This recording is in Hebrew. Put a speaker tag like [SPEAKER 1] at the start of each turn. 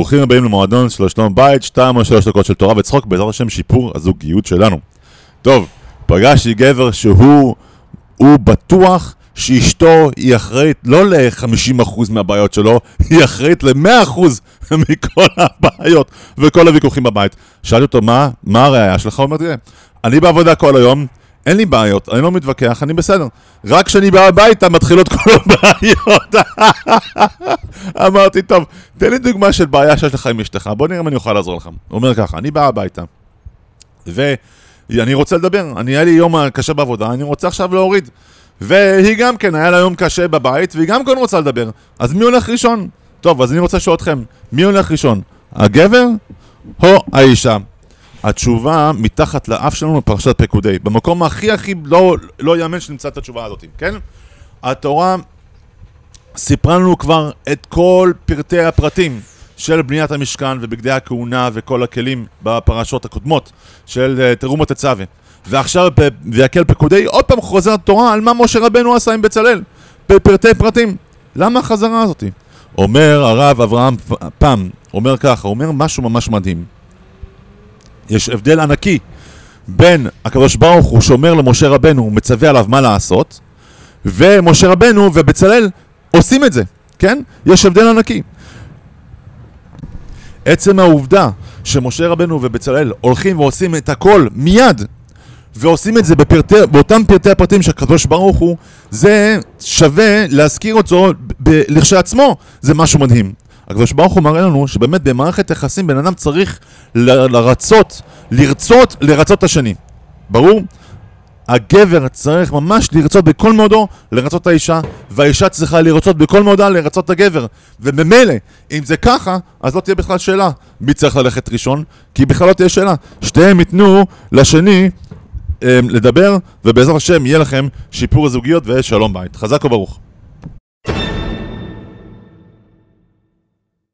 [SPEAKER 1] ברוכים הבאים למועדון של שלום בית, 2 או 3 דקות של תורה וצחוק, בעזרת השם שיפור הזוגיות שלנו. טוב, פגשתי גבר שהוא בטוח שאשתו היא אחראית לא ל-50% מהבעיות שלו, היא אחראית ל-100% מכל הבעיות וכל הוויכוחים בבית. שאלתי אותו, מה הראייה שלך? הוא אומר, תראה, אני בעבודה כל היום, אין לי בעיות, אני לא מתווכח, אני בסדר. רק כשאני בא הביתה מתחילות כל הבעיות. אמרתי, טוב, תן לי דוגמה של בעיה שיש לך עם אשתך, בוא נראה אם אני אוכל לעזור לך. הוא אומר ככה, אני בא הביתה, ואני רוצה לדבר, היה לי יום קשה בעבודה, אני רוצה עכשיו להוריד. והיא גם כן, היה לה יום קשה בבית, והיא גם כן רוצה לדבר. אז מי הולך ראשון? טוב, אז אני רוצה לשאול אתכם, מי הולך ראשון? הגבר או האישה? התשובה מתחת לאף שלנו בפרשת פקודי. במקום הכי לא יאמן שנמצא את התשובה הזאת, כן? התורה סיפרה לנו כבר את כל פרטי הפרטים של בניית המשכן ובגדי הכהונה וכל הכלים בפרשות הקודמות של תרומת תצווה. ועכשיו ויקל פקודי, עוד פעם חוזר התורה על מה משה רבנו עשה עם בצלאל, בפרטי פרטים. למה החזרה הזאת? אומר הרב אברהם פעם, אומר ככה, אומר משהו ממש מדהים. יש הבדל ענקי בין הקדוש ברוך הוא שאומר למשה רבנו, הוא מצווה עליו מה לעשות, ומשה רבנו ובצלאל עושים את זה, כן? יש הבדל ענקי. עצם העובדה שמשה רבנו ובצלאל הולכים ועושים את הכל מיד, ועושים את זה באותם פרטי הפרטים שהקדוש ברוך הוא, זה שווה להזכיר אותו לכשעצמו, זה משהו מדהים. הקדוש ברוך הוא מראה לנו שבאמת במערכת יחסים בן אדם צריך לרצות את השני. ברור? הגבר צריך ממש לרצות בכל מאודו לרצות את האישה, והאישה צריכה לרצות בכל מאודה לרצות את הגבר. ובמילא, אם זה ככה, אז לא תהיה בכלל שאלה מי צריך ללכת ראשון, כי בכלל לא תהיה שאלה. שתיהם ייתנו לשני לדבר, ובעזרת השם יהיה לכם שיפור הזוגיות ושלום בית. חזק וברוך.